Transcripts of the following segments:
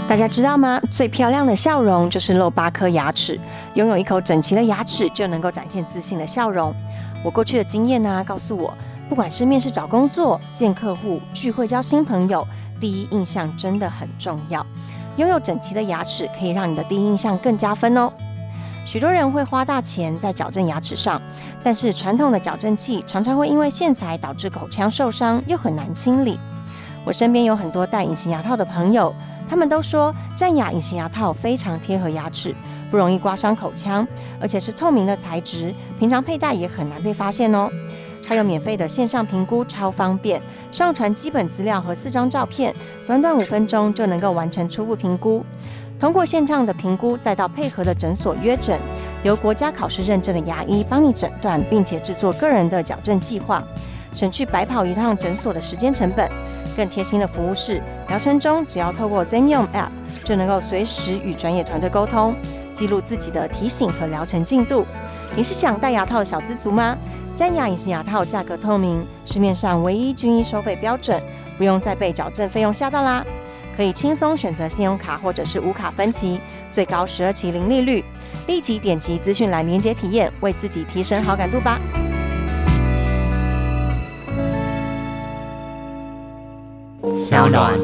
大家知道吗？最漂亮的笑容就是露8颗牙齿，拥有一口整齐的牙齿就能够展现自信的笑容。我过去的经验告诉我，不管是面试找工作、见客户、聚会交新朋友，第一印象真的很重要。拥有整齐的牙齿可以让你的第一印象更加分哦。许多人会花大钱在矫正牙齿上，但是传统的矫正器常常会因为线材导致口腔受伤，又很难清理。我身边有很多戴隐形牙套的朋友，他们都说战牙隐形牙套非常贴合牙齿，不容易刮伤口腔，而且是透明的材质，平常佩戴也很难被发现哦。还有免费的线上评估，超方便，上传基本资料和4张照片，短短5分钟就能够完成初步评估。通过线上的评估，再到配合的诊所约诊，由国家考试认证的牙医帮你诊断，并且制作个人的矫正计划，省去白跑一趟诊所的时间成本。更贴心的服务是，疗程中只要透过 Zenium App 就能够随时与专业团队沟通，记录自己的提醒和疗程进度。你是想戴牙套的小资族吗？战牙隐形牙套价格透明，市面上唯一均一收费标准，不用再被矫正费用吓到啦。可以轻松选择信用卡或者是无卡分期，最高12期零利率。立即点击资讯栏连结体验，为自己提升好感度吧。 小暖。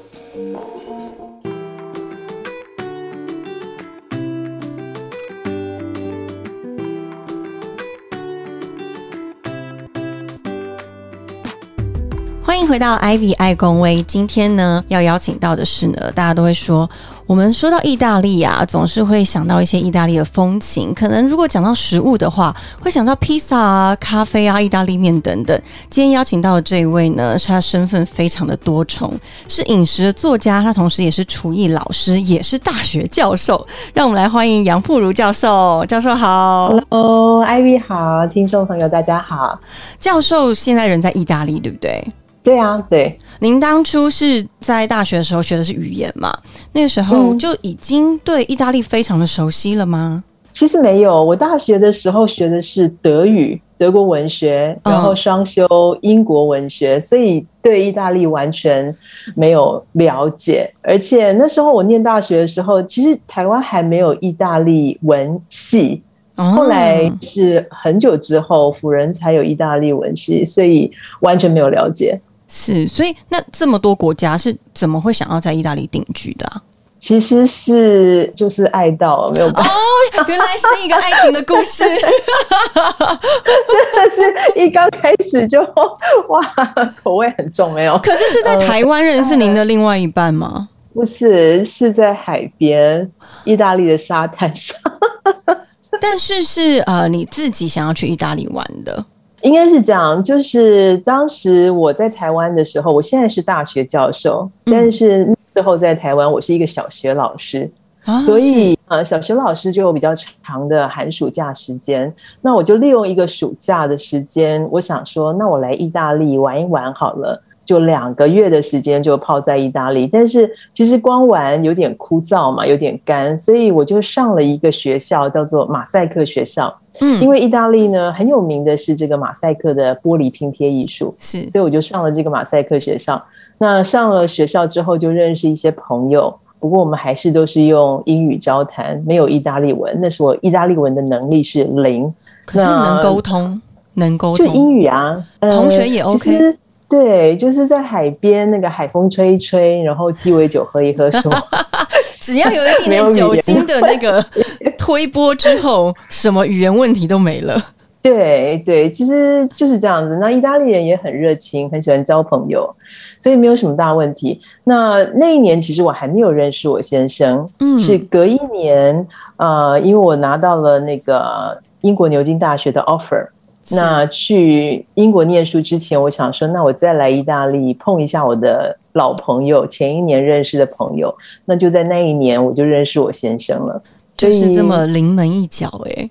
欢迎回到 Ivy 爱公威。今天呢，要邀请到的是呢，大家都会说，我们说到意大利啊，总是会想到一些意大利的风情。可能如果讲到食物的话，会想到披萨啊、咖啡啊、意大利面等等。今天邀请到的这一位呢，是他身份非常的多重，是饮食的作家，他同时也是厨艺老师，也是大学教授。让我们来欢迎杨馥如教授。教授好。 Hello Ivy 好，听众朋友大家好。 教授现在人在意大利对不对？ 对啊，对。 您当初是在大学的时候学的是语言嘛？那个时候就已经对意大利非常的熟悉了吗？ 其实没有，我大学的时候学的是德语，德国文学，然后双修英国文学，所以对意大利完全没有了解。而且那时候我念大学的时候，其实台湾还没有意大利文系。后来是很久之后，辅仁才有意大利文系，所以完全没有了解。 是，所以那这么多国家是怎么会想要在意大利定居的啊？ 其实是就是爱到没有办法原来是一个爱情的故事。真的是一刚开始就哇，口味很重，没有。 可是是在台湾认识您的另外一半吗？ 不是，是在海边，意大利的沙滩上。 但是你自己想要去意大利玩的。 应该是这样，就是当时我在台湾的时候，我现在是大学教授，但是那时候在台湾我是一个小学老师，所以小学老师就有比较长的寒暑假时间，那我就利用一个暑假的时间，我想说那我来意大利玩一玩好了，就2个月的时间就泡在意大利，但是其实光玩有点枯燥嘛，有点干，所以我就上了一个学校叫做马赛克学校。因为意大利呢很有名的是这个马赛克的玻璃拼贴艺术，所以我就上了这个马赛克学校。那上了学校之后就认识一些朋友，不过我们还是都是用英语交谈，没有意大利文，那时候我意大利文的能力是0。 可是能沟通就英语啊， 同学也 OK。 对，就是在海边那个海风吹一吹，然后鸡尾酒喝一喝什么只要有一点点酒精的那个推波之后，什么语言问题都没了。 对对，其实就是这样子。那意大利人也很热情，很喜欢交朋友，所以没有什么大问题。那一年其实我还没有认识我先生，是隔一年，因为我拿到了那个英国牛津大学的 offer。那去英国念书之前，我想说那我再来意大利碰一下我的老朋友，前一年认识的朋友，那就在那一年我就认识我先生了。 就是这么临门一脚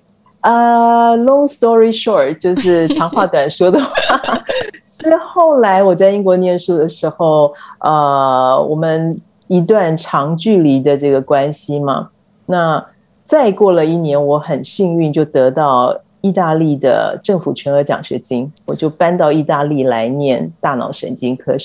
long story short， 就是长话短说的话是后来我在英国念书的时候，我们一段长距离的这个关系嘛，那再过了1年，我很幸运就得到意大利的政府全额奖学金，我就搬到意大利来念大脑神经科学。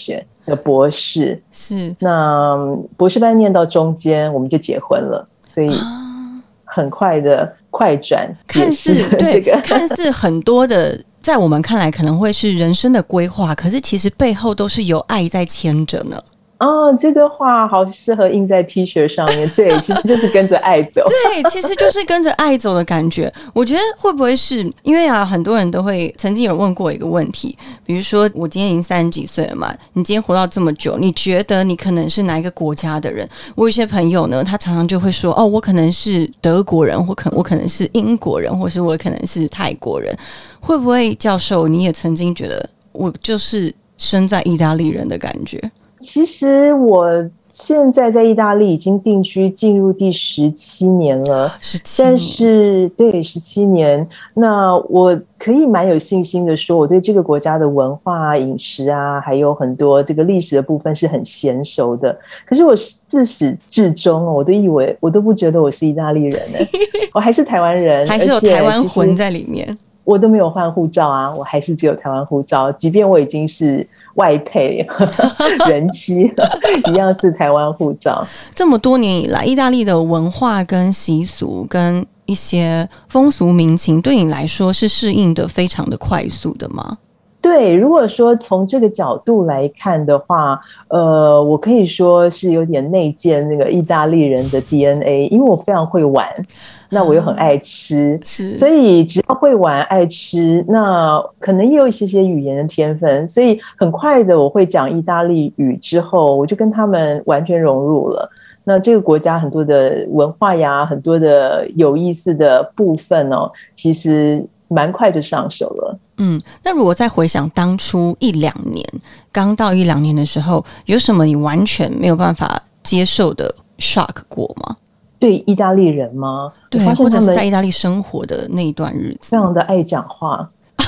的博士， 是那博士班念到中间我们就结婚了，所以很快的快转， 看似对，看似很多的，在我们看来可能会是人生的规划，可是其实背后都是有爱在牵着呢。 哦，这个话好适合印在 T 恤上面。对，其实就是跟着爱走。 对，其实就是跟着爱走的感觉。我觉得会不会是因为很多人都会曾经有人问过一个问题，比如说我今天已经30几岁了嘛，你今天活到这么久，你觉得你可能是哪一个国家的人？我有一些朋友呢，他常常就会说，哦，我可能是德国人，我可能是英国人，或是我可能是泰国人。会不会教授你也曾经觉得我就是生在意大利人的感觉？ 其实我现在在意大利已经定居进入第17年了 ，17年， 但是对17年，那我可以蛮有信心的说，我对这个国家的文化、饮食啊，还有很多这个历史的部分是很娴熟的。可是我自始至终我都以为，我都不觉得我是意大利人呢，我还是台湾人， 还是有台湾魂在里面。 我都没有换护照啊，我还是只有台湾护照，即便我已经是外配人妻一样是台湾护照。 这么多年以来，意大利的文化跟习俗跟一些风俗民情对你来说是适应的非常的快速的吗？ 对，如果说从这个角度来看的话，我可以说是有点内建那个意大利人的 DNA， 因为我非常会玩，那我又很爱吃，所以只要会玩爱吃，那可能也有一些语言的天分，所以很快的我会讲意大利语之后，我就跟他们完全融入了。那这个国家很多的文化呀，很多的有意思的部分哦，其实蛮快就上手了。 那如果再回想当初1-2年，刚到1-2年的时候，有什么你完全没有办法接受的 shock 过吗？ 对意大利人吗？ 对，或者是在意大利生活的那一段日子， 非常的爱讲话，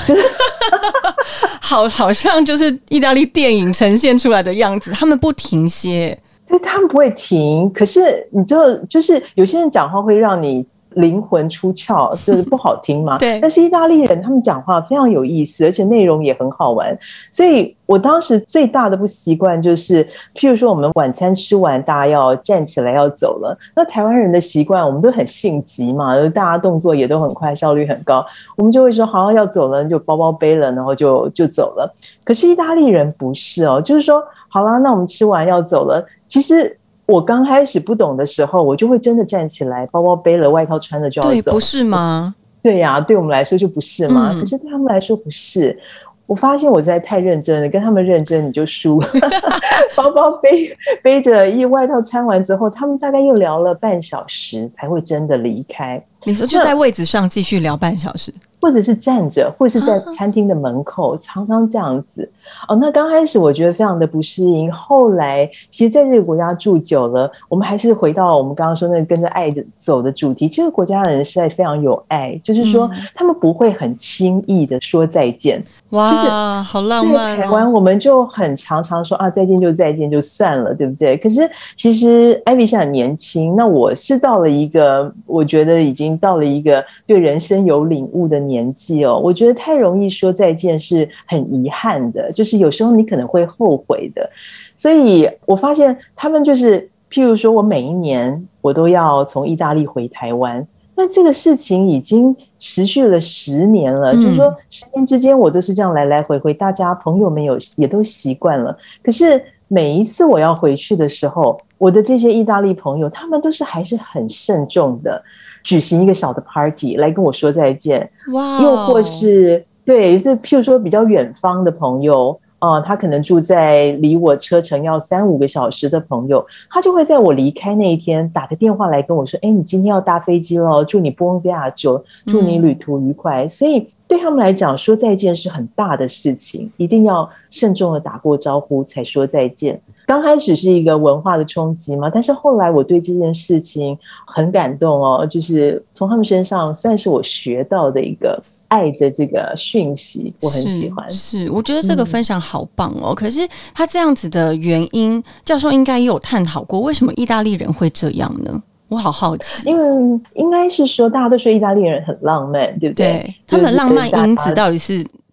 好像就是意大利电影呈现出来的样子，他们不停歇。 对，他们不会停，可是你知道，就是有些人讲话会让你灵魂出窍，就是不好听嘛。 对。 但是意大利人他们讲话非常有意思，而且内容也很好玩。所以我当时最大的不习惯就是，譬如说我们晚餐吃完，大家要站起来要走了。那台湾人的习惯，我们都很性急嘛，大家动作也都很快，效率很高，我们就会说好要走了，就包包背了，然后就走了。可是意大利人不是哦，就是说好啦，那我们吃完要走了。其实我刚开始不懂的时候，我就会真的站起来，包包背了，外套穿了就要走。 对，不是吗？ 对呀，对我们来说就不是嘛。可是对他们来说不是。我发现我实在太认真了，跟他们认真你就输。包包背着，外套穿完之后，他们大概又聊了半小时才会真的离开。 你说就在位置上继续聊半小时？ 或者是站着，或是在餐厅的门口，常常这样子。那刚开始我觉得非常的不适应，后来其实在这个国家住久了，我们还是回到我们刚刚说那个跟着爱走的主题。这个国家的人实在非常有爱，就是说他们不会很轻易的说再见。 哇，就是好浪漫在台湾我们就很常说再见就再见就算了，对不对？可是其实 Ivy 现在很年轻，那我是到了一个我觉得已经到了一个对人生有领悟的年纪哦。我觉得太容易说再见是很遗憾的，就是有时候你可能会后悔的。所以我发现他们就是譬如说我每一年我都要从意大利回台湾，那这个事情已经持续了10年了，就是说10年之间我都是这样来来回回，大家朋友们也都习惯了。可是每一次我要回去的时候，我的这些意大利朋友他们都是还是很慎重的举行一个小的 party 来跟我说再见。 哇， 又或是对，是譬如说比较远方的朋友他可能住在离我车程要3-5个小时的朋友，他就会在我离开那一天打个电话来跟我说，你今天要搭飞机了，祝你buon viaggio，祝你旅途愉快。所以对他们来讲说再见是很大的事情，一定要慎重的打过招呼才说再见。刚开始是一个文化的冲击嘛，但是后来我对这件事情很感动就是从他们身上算是我学到的一个爱的这个讯息，我很喜欢。 是我觉得这个分享好棒哦。可是他这样子的原因，教授应该也有探讨过，为什么意大利人会这样呢？我好好奇。 因为应该是说大家都说意大利人很浪漫，对不对？ 对，他们浪漫因子到底是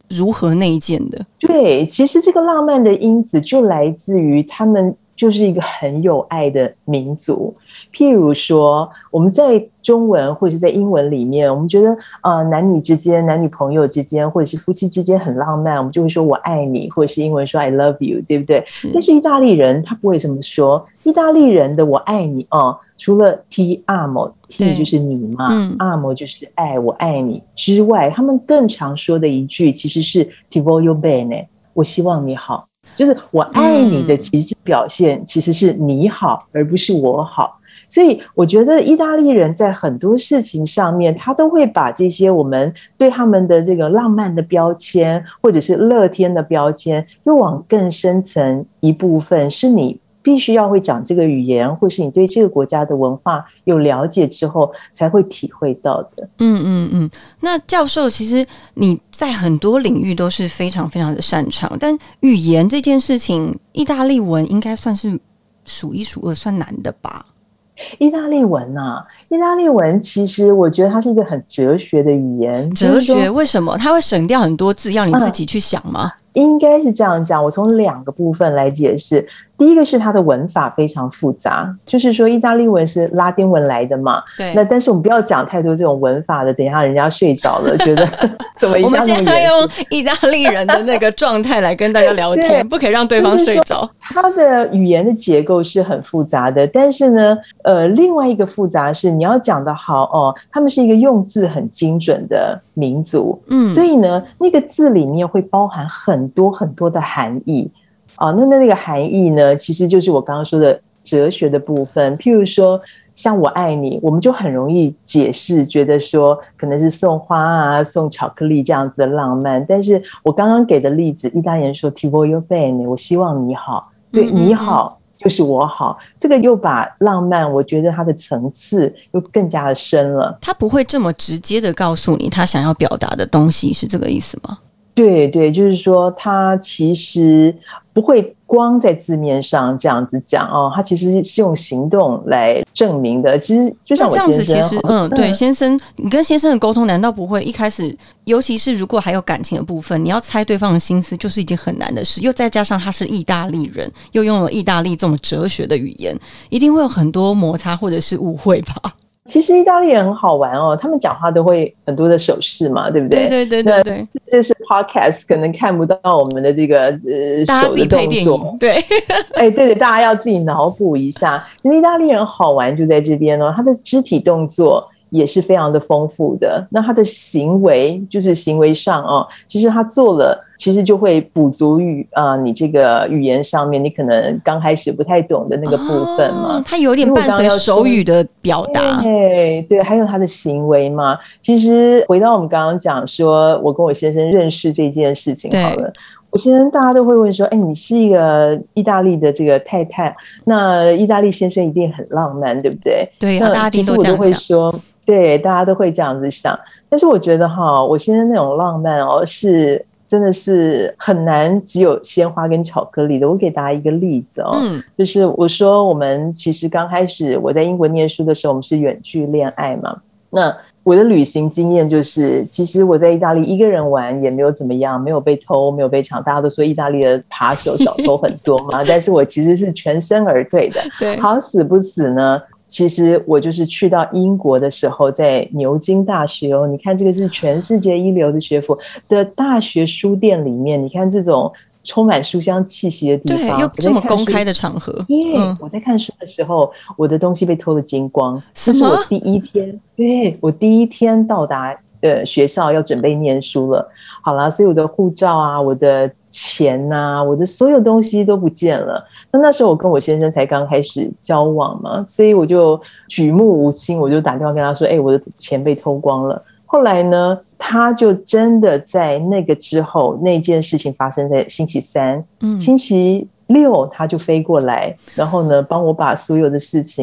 如何内建的？ 对，其实这个浪漫的因子就来自于他们就是一个很有爱的民族。譬如说我们在中文或者是在英文里面，我们觉得男女之间、男女朋友之间或者是夫妻之间很浪漫，我们就会说我爱你，或者是英文说 I love you， 对不对？但是意大利人他不会这么说，意大利人的我爱你除了 ti amo ti 就是你嘛amo 就是爱，我爱你之外，他们更常说的一句其实是 ti voglio bene， 我希望你好，就是我爱你的其实表现其实是你好而不是我好。所以我觉得意大利人在很多事情上面，他都会把这些我们对他们的这个浪漫的标签或者是乐天的标签又往更深层一部分，是你必须要会讲这个语言，或是你对这个国家的文化有了解之后才会体会到的。 那教授，其实你在很多领域都是非常非常的擅长，但语言这件事情，意大利文应该算是数一数二算难的吧？ 意大利文意大利文其实我觉得它是一个很哲学的语言。 哲学为什么？它会省掉很多字，要你自己去想吗？ 应该是这样讲，我从2个部分来解释。第一个是它的文法非常复杂，就是说意大利文是拉丁文来的嘛， 对。 那但是我们不要讲太多这种文法的，等一下人家睡着了，觉得怎么一下那么严肃。 我们现在用意大利人的那个状态来跟大家聊天，不可以让对方睡着。 它的语言的结构是很复杂的，但是呢，另外一个复杂是你要讲得好他们是一个用字很精准的民族，所以呢，那个字里面会包含很多很多的含义。那个含义呢，其实就是我刚刚说的哲学的部分。譬如说像我爱你，我们就很容易解释，觉得说可能是送花送巧克力这样子的浪漫，但是我刚刚给的例子，意大利人说 ti voglio bene， 我希望你好，所以你好就是我好，这个又把浪漫我觉得它的层次又更加的深了。 他不会这么直接的告诉你他想要表达的东西，是这个意思吗？ 对对，就是说他其实不会光在字面上这样子讲他其实是用行动来证明的。其实就像我先生， 这样子其实对，先生，你跟先生的沟通难道不会一开始，尤其是如果还有感情的部分，你要猜对方的心思就是一件很难的事，又再加上他是意大利人，又用了意大利这种哲学的语言，一定会有很多摩擦或者是误会吧？ 其实意大利人很好玩他们讲话都会很多的手势嘛，对不对？ 对， 这是 podcast 可能看不到我们的这个手的动作， 对对，大家要自己脑补一下。意大利人好玩就在这边他的肢体动作也是非常的丰富的，那他的行为就是行为上其实他做了，其实就会补足于你这个语言上面你可能刚开始不太懂的那个部分嘛。 他有点伴随手语的表达， 对，还有他的行为嘛。其实回到我们刚刚讲说我跟我先生认识这件事情好了，我先生大家都会问说你是一个意大利的这个太太，那意大利先生一定很浪漫对不对？ 对，大家其实我都会说对，大家都会这样子想，但是我觉得我现在那种浪漫是真的是很难只有鲜花跟巧克力的。我给大家一个例子就是我说我们其实刚开始我在英国念书的时候，我们是远距恋爱嘛。那我的旅行经验就是，其实我在意大利一个人玩也没有怎么样，没有被偷，没有被抢。大家都说意大利的扒手小偷很多嘛，但是我其实是全身而退的。 对， 好死不死呢，其实我就是去到英国的时候，在牛津大学你看这个是全世界一流的学府的大学书店里面，你看这种充满书香气息的地方， 对，又这么公开的场合。 我在看书的时候，我的东西被偷得精光。这是我第一天到达学校要准备念书了。好啦，所以我的护照我的钱我的所有东西都不见了。那时候我跟我先生才刚开始交往嘛，所以我就举目无亲，我就打电话跟他说我的钱被偷光了。后来呢，他就真的在那个之后，那件事情发生在星期三，星期六他就飞过来，然后呢帮我把所有的事情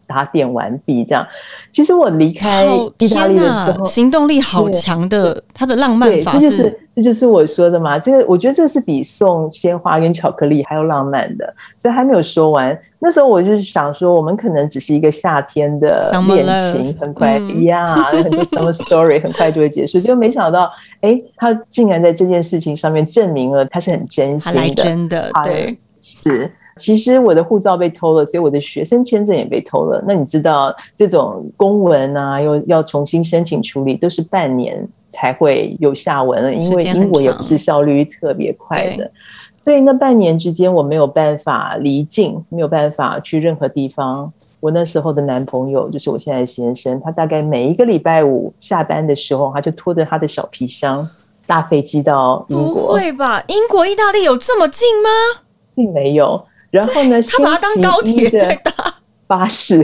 打点完毕这样。其实我离开意大利的时候， 行动力好强的，他的浪漫法这就是我说的嘛。这个我觉得这是比送鲜花跟巧克力还要浪漫的，所以还没有说完。那时候我就是想说，我们可能只是一个夏天的恋情，很快很多 summer story 很快就会结束。就没想到，他竟然在这件事情上面证明了他是很真心的， 他来真的，对， 是。其实我的护照被偷了，所以我的学生签证也被偷了。那你知道这种公文啊，又要重新申请处理，都是半年才会有下文了，因为英国也不是效率特别快的。所以那半年之间我没有办法离境，没有办法去任何地方。我那时候的男朋友就是我现在的先生，他大概每一个礼拜五下班的时候，他就拖着他的小皮箱搭飞机到英国。 不会吧？英国意大利有这么近吗？ 并没有。然后呢， 他把它当高铁在搭巴士。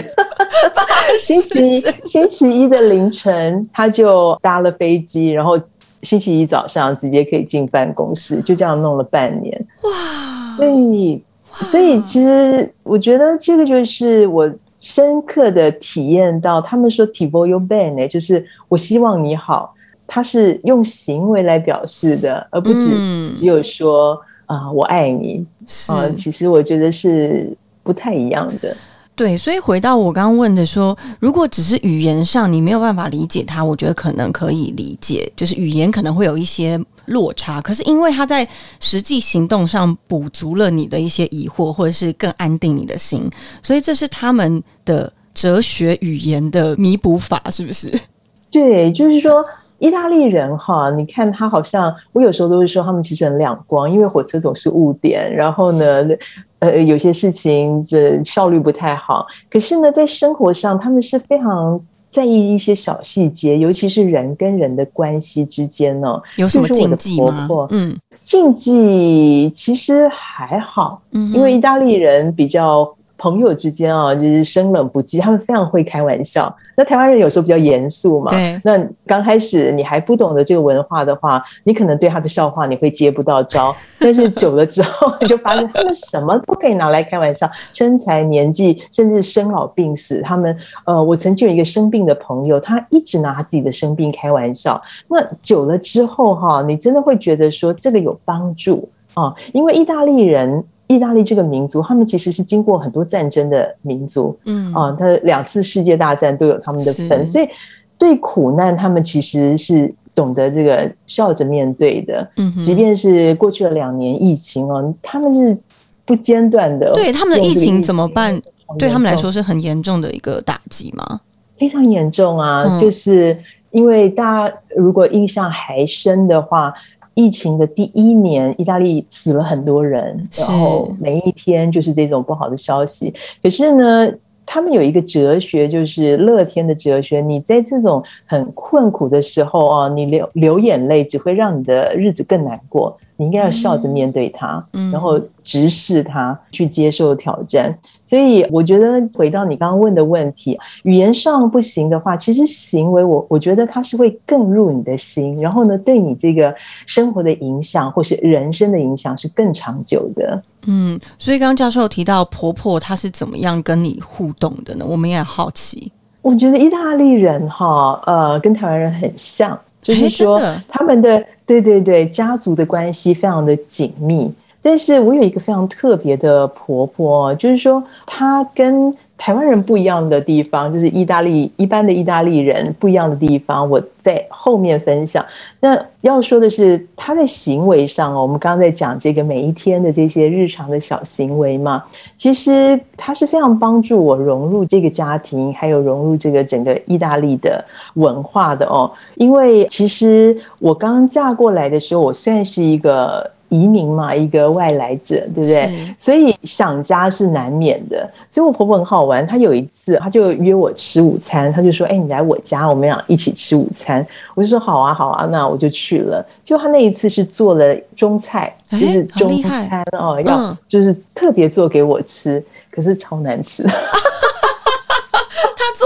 星期一的凌晨他就搭了飞机，然后星期一早上直接可以进办公室，就这样弄了半年。哇！所以其实我觉得这个就是我深刻的体验到，他们说 ti voglio bene 就是我希望你好，他是用行为来表示的，而不只有说我爱你。其实我觉得是不太一样的。 对，所以回到我刚刚问的说，如果只是语言上你没有办法理解他，我觉得可能可以理解，就是语言可能会有一些落差，可是因为他在实际行动上补足了你的一些疑惑，或者是更安定你的心，所以这是他们的哲学语言的弥补法，是不是？ 对，就是说意大利人哈，你看他好像，我有时候都会说他们其实很两光，因为火车总是误点，然后呢有些事情这效率不太好，可是呢在生活上他们是非常在意一些小细节，尤其是人跟人的关系之间呢， 有什么禁忌吗？ 禁忌其实还好，因为意大利人比较朋友之间啊，就是生冷不忌，他们非常会开玩笑。那台湾人有时候比较严肃嘛，那刚开始你还不懂得这个文化的话，你可能对他的笑话你会接不到招，但是久了之后你就发现他们什么都可以拿来开玩笑，身材、年纪，甚至生老病死。他们我曾经有一个生病的朋友，他一直拿他自己的生病开玩笑。那久了之后哈，你真的会觉得说这个有帮助啊，因为意大利这个民族，他们其实是经过很多战争的民族，他2次世界大战都有他们的份，所以对苦难他们其实是懂得这个笑着面对的。即便是过去了2年疫情哦，他们是不间断的。 对，他们的疫情怎么办？对他们来说是很严重的一个打击吗？ 非常严重啊，就是因为大家如果印象还深的话，疫情的第1年，意大利死了很多人，然后每一天就是这种不好的消息。可是呢，他们有一个哲学，就是乐天的哲学。你在这种很困苦的时候你流眼泪只会让你的日子更难过。你应该要笑着面对它，然后直视它，去接受挑战。所以我觉得回到你刚刚问的问题，语言上不行的话，其实行为我觉得它是会更入你的心，然后呢，对你这个生活的影响或是人生的影响是更长久的。 所以刚刚教授提到婆婆她是怎么样跟你互动的呢？我们也很好奇。 我觉得意大利人跟台湾人很像，就是说他们的对家族的关系非常的紧密。但是我有一个非常特别的婆婆，就是说她跟台湾人不一样的地方，就是一般的意大利人不一样的地方，我在后面分享。那要说的是她在行为上我们刚刚在讲这个每一天的这些日常的小行为嘛，其实她是非常帮助我融入这个家庭，还有融入这个整个意大利的文化的因为其实我刚刚嫁过来的时候，我虽然是一个移民嘛，一个外来者，对不对？所以想家是难免的。所以我婆婆很好玩，她有一次她就约我吃午餐，她就说你来我家，我们俩一起吃午餐。我就说好啊，那我就去了。就她那一次是做了中菜，就是中餐要就是特别做给我吃，可是超难吃。 她做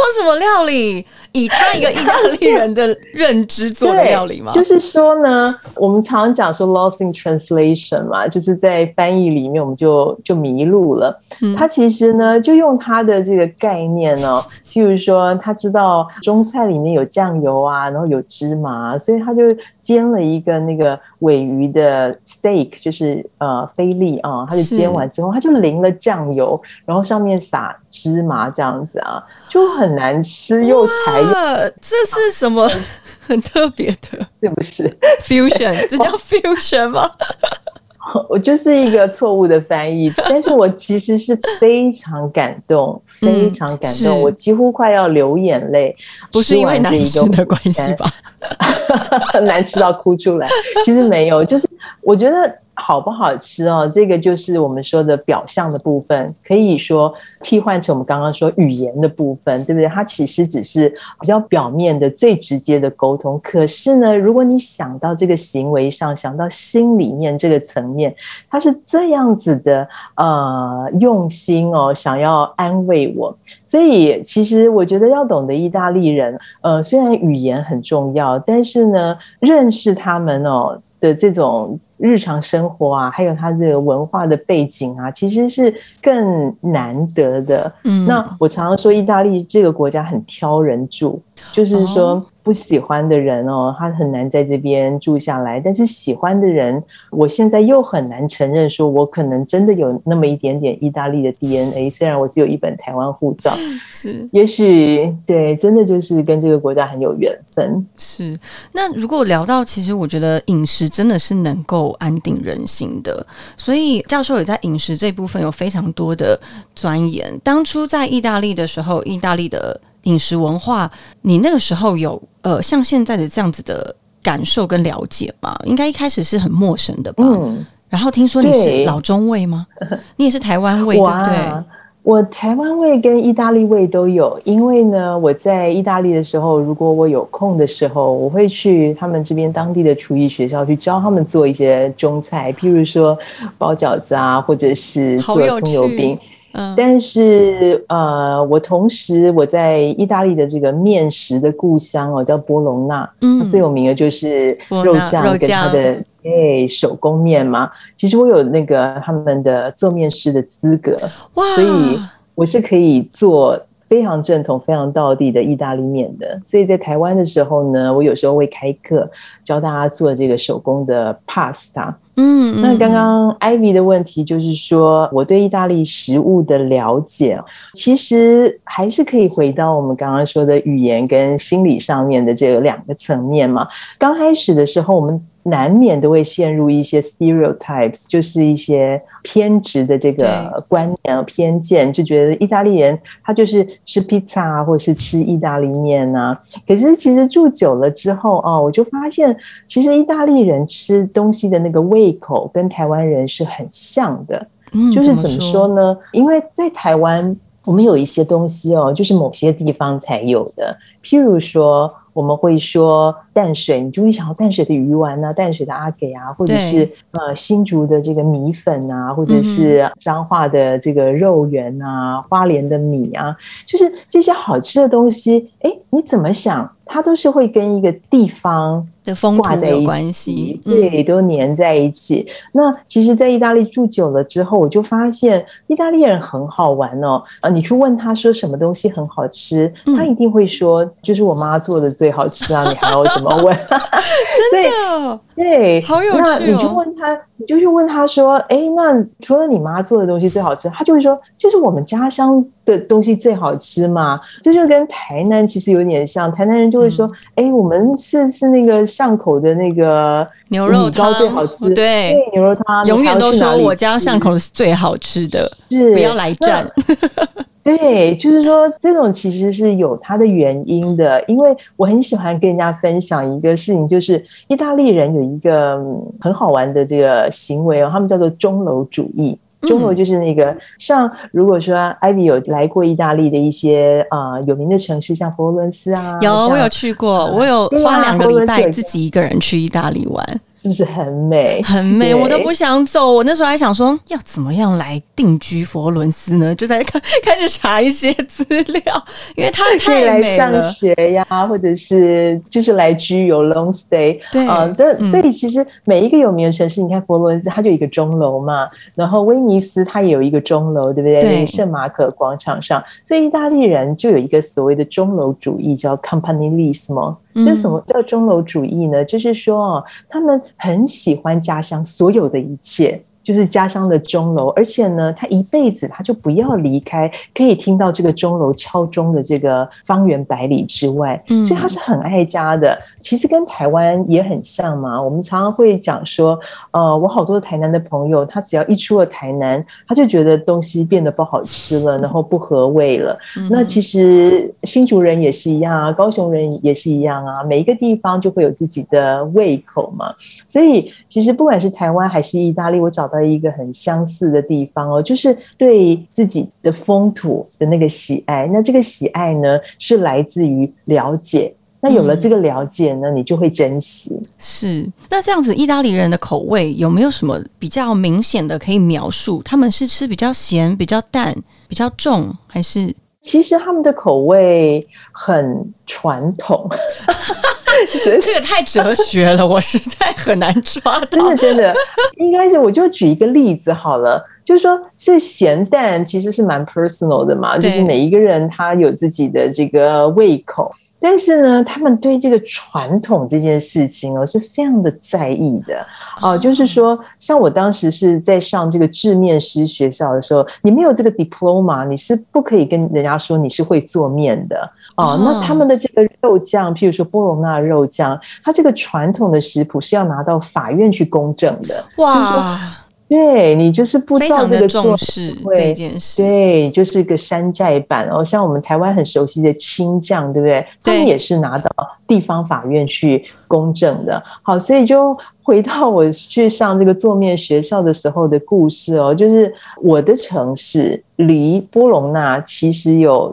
什么料理？以他一个意大利人的认知做的料理吗？ 就是说呢，我们常讲说 lost in translation 嘛，就是在翻译里面我们就迷路了。他其实呢就用他的这个概念呢，譬如说他知道中菜里面有酱油啊，然后有芝麻，所以他就煎了一个那个鲔鱼的 steak， 就是菲力啊，他就煎完之后他就淋了酱油，然后上面撒芝麻这样子啊，就很难吃又柴又。 这是什么很特别的？ 是不是 fusion？ 这叫 fusion 吗？ 我就是一个错误的翻译，但是我其实是非常感动，非常感动，我几乎快要流眼泪。 不是因为难吃的关系吧？ 难吃到哭出来。其实没有，就是我觉得好不好吃哦，这个就是我们说的表象的部分，可以说替换成我们刚刚说语言的部分，对不对？它其实只是比较表面的最直接的沟通，可是呢，如果你想到这个行为上，想到心里面这个层面，它是这样子的用心哦，想要安慰我。所以其实我觉得要懂得意大利人虽然语言很重要，但是呢，认识他们哦的这种日常生活啊，还有他这个文化的背景啊，其实是更难得的。那我常常说意大利这个国家很挑人住，就是说不喜欢的人哦，他很难在这边住下来，但是喜欢的人，我现在又很难承认说我可能真的有那么一点点意大利的 DNA， 虽然我只有一本台湾护照， 是， 也许对，真的就是跟这个国家很有缘分。 是，那如果聊到，其实我觉得饮食真的是能够安定人心的，所以教授也在饮食这部分有非常多的钻研。当初在意大利的时候，意大利的饮食文化，你那个时候有像现在的这样子的感受跟了解吗？应该一开始是很陌生的吧？然后听说你是老中味吗？你也是台湾味，对不对？ 我台湾味跟意大利味都有，因为呢，我在意大利的时候，如果我有空的时候，我会去他们这边当地的厨艺学校去教他们做一些中菜，譬如说包饺子啊，或者是做葱油饼。但是我同时我在意大利的这个面食的故乡哦，叫波隆纳，它最有名的就是肉酱跟它的手工面嘛。其实我有那个他们的做面师的资格，所以我是可以做非常正统非常道地的意大利面的。所以在台湾的时候呢，我有时候会开课教大家做这个手工的 pasta。那刚刚 Ivy 的问题就是说我对意大利食物的了解，其实还是可以回到我们刚刚说的语言跟心理上面的这两个层面嘛。刚开始的时候我们难免都会陷入一些 stereotypes， 就是一些偏执的这个观念偏见，就觉得意大利人他就是吃披萨或是吃意大利面啊。可是其实住久了之后我就发现其实意大利人吃东西的那个胃口跟台湾人是很像的。就是怎么说呢，因为在台湾我们有一些东西就是某些地方才有的，譬如说我们会说淡水，你就会想到淡水的鱼丸啊，淡水的阿给啊，或者是新竹的这个米粉啊，或者是彰化的这个肉圆啊，花莲的米啊，就是这些好吃的东西，你怎么想它都是会跟一个地方的风土有关系， 对，都黏在一起。那其实在意大利住久了之后，我就发现意大利人很好玩哦。你去问他说什么东西很好吃，他一定会说就是我妈做的最好吃啊，你还要怎么问？ 真的对， 好有趣那你就问他，你就去问他说那除了你妈做的东西最好吃，他就会说就是我们家乡的东西最好吃嘛。这就跟台南其实有点像，台南人就会说我们是那个巷口的那个牛肉汤最好吃， 对， 牛肉汤永远都说我家巷口是最好吃的，不要来战。 对，就是说这种其实是有它的原因的。因为我很喜欢跟人家分享一个事情，就是意大利人有一个很好玩的这个行为他们叫做钟楼主义。钟楼就是那个像如果说 Ivy 有来过意大利的一些有名的城市，像佛罗伦斯啊， 我有去过，我有花2个礼拜自己一个人去意大利玩。 是不是很美？ 很美，我都不想走。我那时候还想说，要怎么样来定居佛罗伦斯呢？就在开始查一些资料，因为它太美了。可以来上学呀，或者是就是来居游 long stay。对，所以其实每一个有名的城市，你看佛罗伦斯它就有一个钟楼嘛，然后威尼斯它也有一个钟楼，对不对？对，圣马可广场上，所以意大利人就有一个所谓的钟楼主义，叫 Campanilismo。这什么叫钟楼主义呢？就是说他们很喜欢家乡所有的一切，就是家乡的钟楼，而且呢他一辈子他就不要离开可以听到这个钟楼敲钟的这个方圆百里之外，所以他是很爱家的。其实跟台湾也很像嘛，我们常常会讲说我好多台南的朋友，他只要一出了台南，他就觉得东西变得不好吃了，然后不合味了。那其实新竹人也是一样啊，高雄人也是一样啊，每一个地方就会有自己的胃口嘛。所以其实不管是台湾还是意大利，我找到一个很相似的地方就是对自己的风土的那个喜爱。那这个喜爱呢，是来自于了解。那有了这个了解呢，你就会珍惜。 是，那这样子意大利人的口味有没有什么比较明显的可以描述？他们是吃比较咸、比较淡、比较重，还是？ 其实他们的口味很传统。 这个太哲学了，我实在很难抓到。 真的应该是，我就举一个例子好了，就是说是咸淡其实是蛮 personal 的嘛，就是每一个人他有自己的这个胃口。但是呢，他们对这个传统这件事情是非常的在意的就是说，像我当时是在上这个制面师学校的时候，你没有这个 diploma， 你是不可以跟人家说你是会做面的那他们的这个肉酱，譬如说波隆纳肉酱，它这个传统的食谱是要拿到法院去公证的。哇！对，你就是不照这个做， 重视这件事。 对，就是一个山寨版像我们台湾很熟悉的青酱，对不对？他们也是拿到地方法院去公证的。好，所以就回到我去上这个做面学校的时候的故事就是我的城市离波隆纳其实有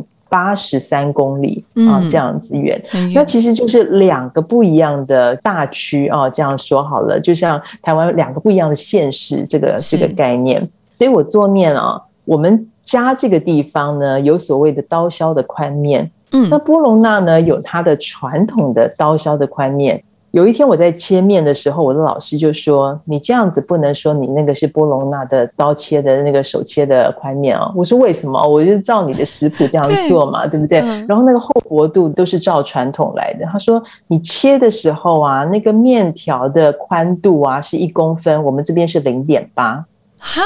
83公里这样子远。那其实就是两个不一样的大区这样说好了，就像台湾两个不一样的县市这个概念。所以我做面我们家这个地方呢有所谓的刀削的宽面，那波隆纳呢有它的传统的刀削的宽面。有一天我在切面的时候，我的老师就说，你这样子不能说你那个是波隆纳的刀切的那个手切的宽面我说为什么？我就照你的食谱这样做嘛， 对不对然后那个厚薄度都是照传统来的。他说你切的时候那个面条的宽度是1公分，我们这边是 0.8。 哈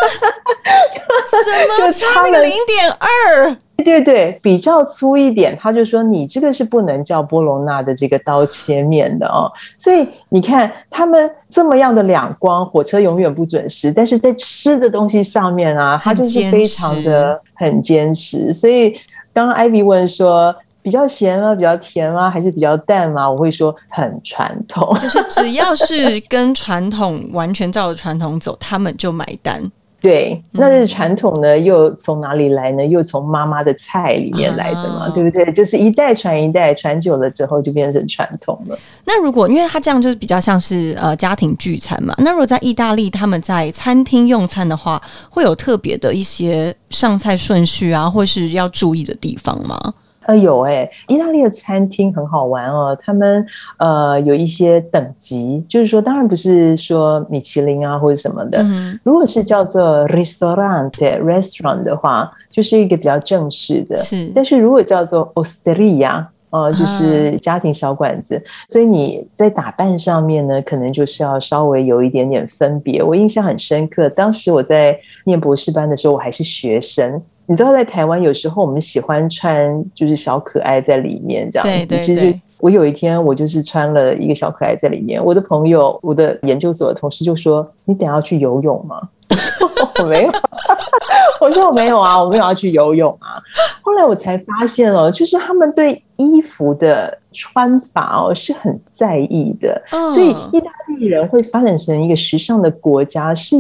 什么？就差那个 0.2？ 对，比较粗一点，他就说你这个是不能叫波隆纳的这个刀切面的所以你看他们这么样的两光，火车永远不准时，但是在吃的东西上面他就是非常的很坚持。所以刚刚 Ivy 问说比较咸吗？比较甜吗？还是比较淡吗？我会说很传统， 就是只要是跟传统完全照着传统走，他们就买单。 对，那这传统呢又从哪里来呢？又从妈妈的菜里面来的嘛，对不对？就是一代传一代，传久了之后就变成传统了。 那如果因为它这样就是比较像是家庭聚餐嘛，那如果在意大利他们在餐厅用餐的话，会有特别的一些上菜顺序或是要注意的地方吗？ 有意大利的餐厅很好玩他们有一些等级，就是说当然不是说米其林或者什么的如果是叫做 restaurant 的话，就是一个比较正式的。是，但是如果叫做 osteria就是家庭小馆子所以你在打扮上面呢可能就是要稍微有一点点分别。我印象很深刻，当时我在念博士班的时候，我还是学生。你知道在台湾有时候我们喜欢穿就是小可爱在里面这样子，对，其实我有一天我就是穿了一个小可爱在里面，我的朋友我的研究所的同事就说你等一下要去游泳吗？我说我没有我说我没有我没有要去游泳后来我才发现就是他们对衣服的穿法是很在意的所以意大利人会发展成一个时尚的国家是有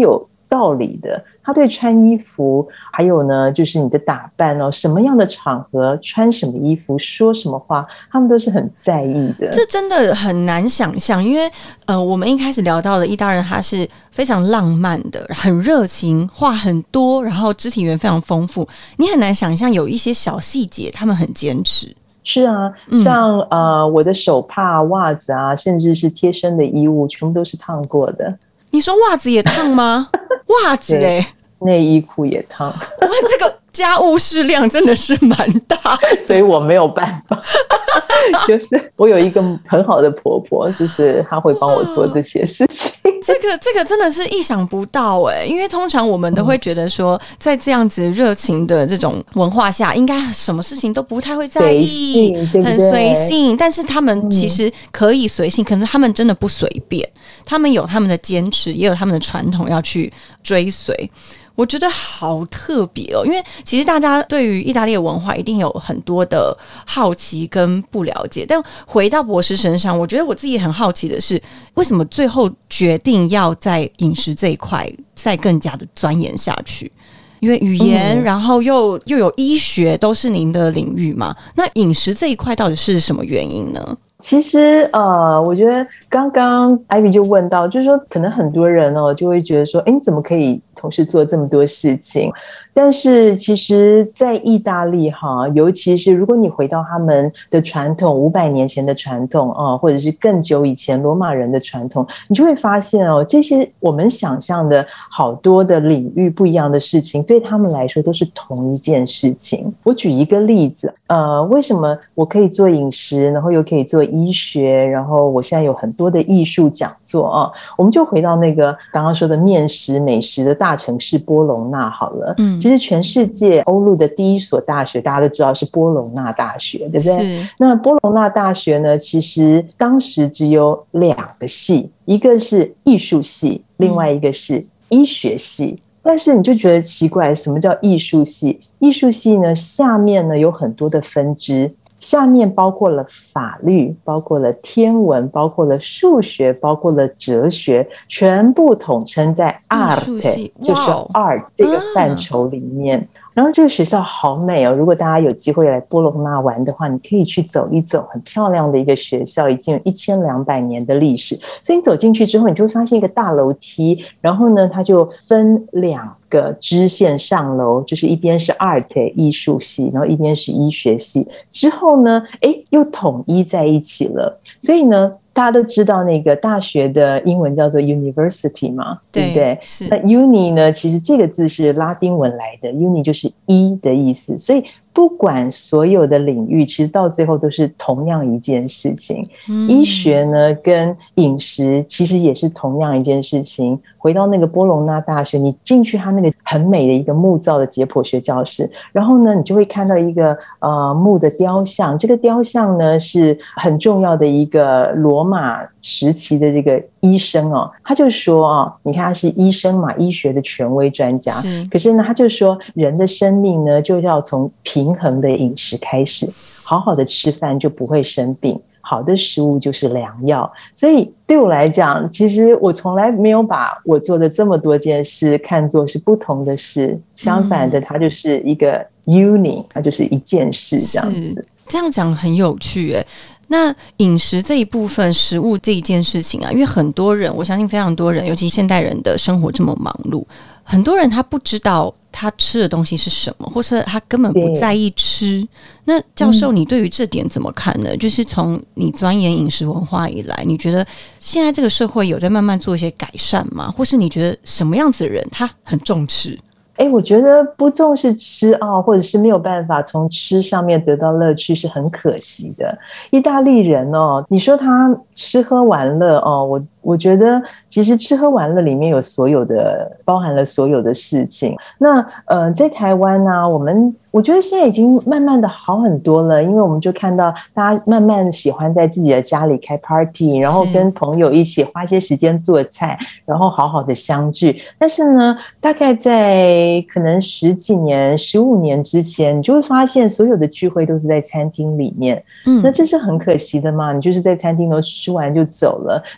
道理的，他对穿衣服，还有呢就是你的打扮哦，什么样的场合穿什么衣服，说什么话，他们都是很在意的。 这真的很难想象，因为我们一开始聊到的意大人，他是非常浪漫的，很热情，话很多，然后肢体语言非常丰富，你很难想象有一些小细节他们很坚持。 是啊，像我的手帕、袜子啊，甚至是贴身的衣物，全部都是烫过的。 你说袜子也烫吗？袜子内衣裤也烫。 哇，这个家务事量真的是蛮大， 所以我没有办法。就是我有一个很好的婆婆，就是她会帮我做这些事情。 这个真的是意想不到因为通常我们都会觉得说，在这样子热情的这种文化下，应该什么事情都不太会在意， 对不对？ 很随性。但是他们其实可以随性，可能他们真的不随便，他们有他们的坚持，也有他们的传统要去追随。我觉得好特别因为其实大家对于意大利的文化一定有很多的好奇跟不了解，但回到博士身上，我觉得我自己很好奇的是，为什么最后决定要在饮食这一块再更加的钻研下去？因为语言，然后又有医学，都是您的领域嘛。那饮食这一块到底是什么原因呢？ 其实我觉得刚刚 Ivy 就问到，就是说可能很多人就会觉得说，你怎么可以同时做这么多事情？但是其实在意大利尤其是如果你回到他们的传统500年前的传统或者是更久以前罗马人的传统，你就会发现这些我们想象的好多的领域不一样的事情，对他们来说都是同一件事情。我举一个例子，为什么我可以做饮食，然后又可以做医学，然后我现在有很多的艺术讲座我们就回到那个刚刚说的面食美食的大城市波隆纳好了。其实全世界欧陆的第一所大学大家都知道是波隆纳大学，对不对？那波隆纳大学呢，其实当时只有2个系，一个是艺术系，另外一个是医学系。但是你就觉得奇怪，什么叫艺术系？艺术系呢，下面呢有很多的分支，下面包括了法律，包括了天文，包括了数学，包括了哲学，全部统称在 art， 就是 art 这个范畴里面。然后这个学校好美如果大家有机会来波隆纳玩的话，你可以去走一走，很漂亮的一个学校，已经有1200年的历史。所以你走进去之后，你就会发现一个大楼梯，然后呢它就分2个支线上楼，就是一边是 art 艺术系，然后一边是医学系，之后呢又统一在一起了。所以呢大家都知道那个大学的英文叫做 university 嘛，对不对？那 uni 呢，其实这个字是拉丁文来的， uni 就是医的意思。所以不管所有的领域，其实到最后都是同样一件事情。医学呢跟饮食其实也是同样一件事情。回到那个波隆纳大学，你进去它那个很美的一个木造的解剖学教室，然后呢你就会看到一个木的雕像，这个雕像呢是很重要的一个罗马时期的这个医生他就说你看他是医生嘛，医学的权威专家，可是呢他就说人的生命呢就要从平衡的饮食开始，好好的吃饭就不会生病，好的食物就是良药。所以对我来讲，其实我从来没有把我做的这么多件事看作是不同的事，相反的它就是一个 uni， 它就是一件事这样子。 这样讲很有趣那饮食这一部分，食物这一件事情因为很多人，我相信非常多人，尤其现代人的生活这么忙碌，很多人他不知道他吃的东西是什么，或是他根本不在意吃。那教授你对于这点怎么看呢？就是从你钻研饮食文化以来，你觉得现在这个社会有在慢慢做一些改善吗？或是你觉得什么样子的人他很重吃？ 我觉得不重视吃或者是没有办法从吃上面得到乐趣是很可惜的。意大利人你说他吃喝玩乐我觉得其实吃喝玩乐里面有所有的，包含了所有的事情。那在台湾我觉得现在已经慢慢的好很多了，因为我们就看到大家慢慢喜欢在自己的家里开 party， 然后跟朋友一起花些时间做菜，然后好好的相聚。但是呢，大概在可能10几年、15年之前，你就会发现所有的聚会都是在餐厅里面。那这是很可惜的嘛，你就是在餐厅都吃完就走了，你没有办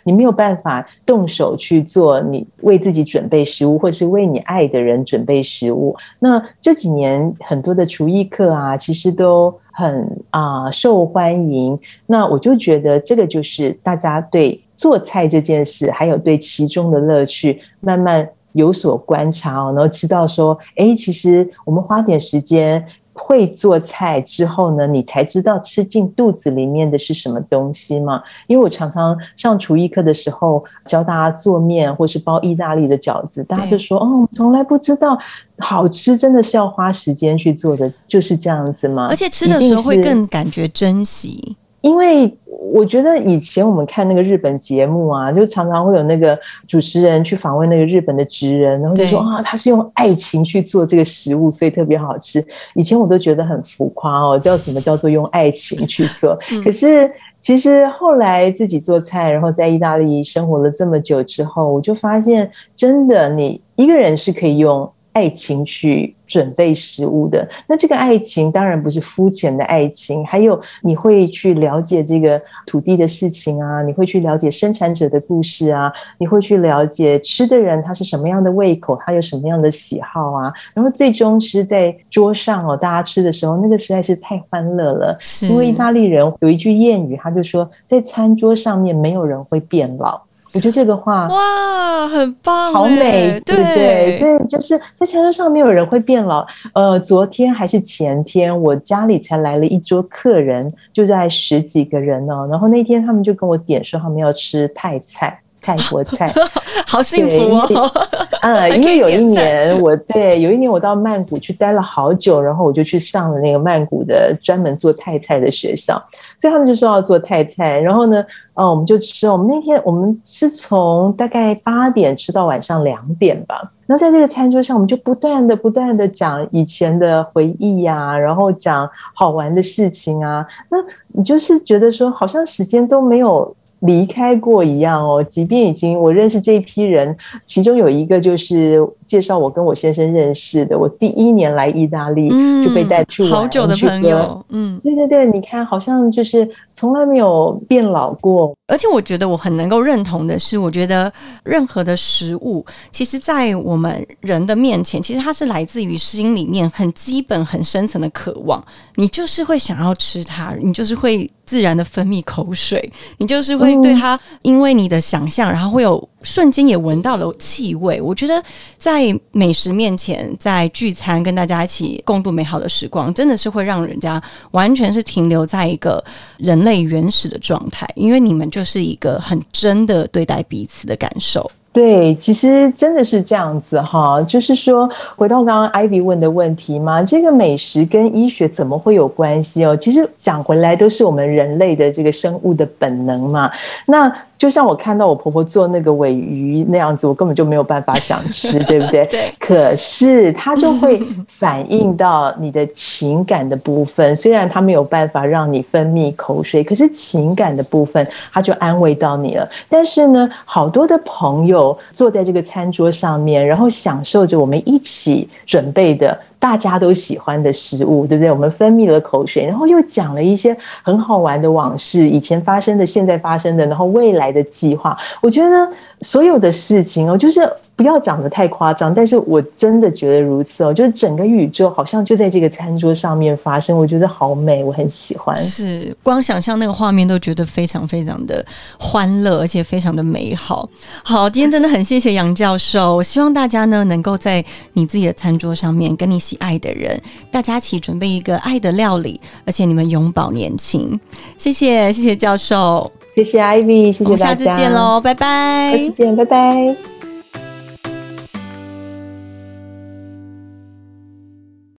办法动手去做你为自己准备食物，或是为你爱的人准备食物。那这几年很多的厨艺课啊，其实都很受欢迎。那我就觉得这个就是大家对做菜这件事，还有对其中的乐趣，慢慢有所观察然后知道说，其实我们花点时间会做菜之后呢，你才知道吃进肚子里面的是什么东西嘛。因为我常常上厨艺课的时候教大家做面或是包意大利的饺子，大家就说我从来不知道好吃真的是要花时间去做的，就是这样子嘛。 而且吃的时候会更感觉珍惜。 因为我觉得以前我们看那个日本节目啊，就常常会有那个主持人去访问那个日本的职人，然后就说他是用爱情去做这个食物，所以特别好吃。以前我都觉得很浮夸叫什么叫做用爱情去做。可是其实后来自己做菜，然后在意大利生活了这么久之后，我就发现真的你一个人是可以用爱情去准备食物的。那这个爱情当然不是肤浅的爱情，还有你会去了解这个土地的事情啊，你会去了解生产者的故事啊，你会去了解吃的人他是什么样的胃口，他有什么样的喜好啊，然后最终是在桌上大家吃的时候，那个实在是太欢乐了。因为意大利人有一句谚语，他就说在餐桌上面没有人会变老。我觉得这个话哇，很棒， 好美，对不对？对，就是在餐桌上没有人会变老。昨天还是前天，我家里才来了一桌客人，就在10几个人然后那天他们就跟我点说他们要吃泰国菜好幸福因为有一年我到曼谷去待了好久，然后我就去上了那个曼谷的专门做泰菜的学校，所以他们就说要做泰菜，然后呢我们就吃，我们那天我们是从大概8点吃到晚上2点吧。然后在这个餐桌上，我们就不断的讲以前的回忆啊，然后讲好玩的事情啊，那你就是觉得说好像时间都没有离开过一样即便已经我认识这一批人，其中有一个就是介绍我跟我先生认识的，我第1年来意大利就被带去玩， 好久的朋友对，你看好像就是从来没有变老过。 而且我觉得我很能够认同的是，我觉得任何的食物其实在我们人的面前，其实它是来自于心里面很基本很深层的渴望，你就是会想要吃它，你就是会自然的分泌口水，你就是会对它因为你的想象，然后会有瞬间也闻到了气味。我觉得在美食面前，在聚餐跟大家一起共度美好的时光，真的是会让人家完全是停留在一个人类原始的状态，因为你们就是一个很真的对待彼此的感受。 对，其实真的是这样子就是说回到刚刚 Ivy 问的问题嘛，这个美食跟医学怎么会有关系其实讲回来都是我们人类的这个生物的本能嘛。那就像我看到我婆婆做那个鲔鱼那样子，我根本就没有办法想吃对不对？ 对。 可是它就会反映到你的情感的部分，虽然它没有办法让你分泌口水，可是情感的部分它就安慰到你了。但是呢，好多的朋友坐在这个餐桌上面，然后享受着我们一起准备的大家都喜欢的食物，对不对？我们分泌了口水，然后又讲了一些很好玩的往事，以前发生的现在发生的，然后未来的计划。我觉得所有的事情就是不要讲得太夸张，但是我真的觉得如此就是整个宇宙好像就在这个餐桌上面发生，我觉得好美，我很喜欢。 是，光想象那个画面都觉得非常非常的欢乐，而且非常的美好。好，今天真的很谢谢杨教授，我希望大家呢能够在你自己的餐桌上面跟你喜爱的人，大家一起准备一个爱的料理，而且你们永葆年轻。谢谢教授， 谢谢 Ivy， 谢谢大家， 我们下次见咯，拜拜。 下次见，拜拜。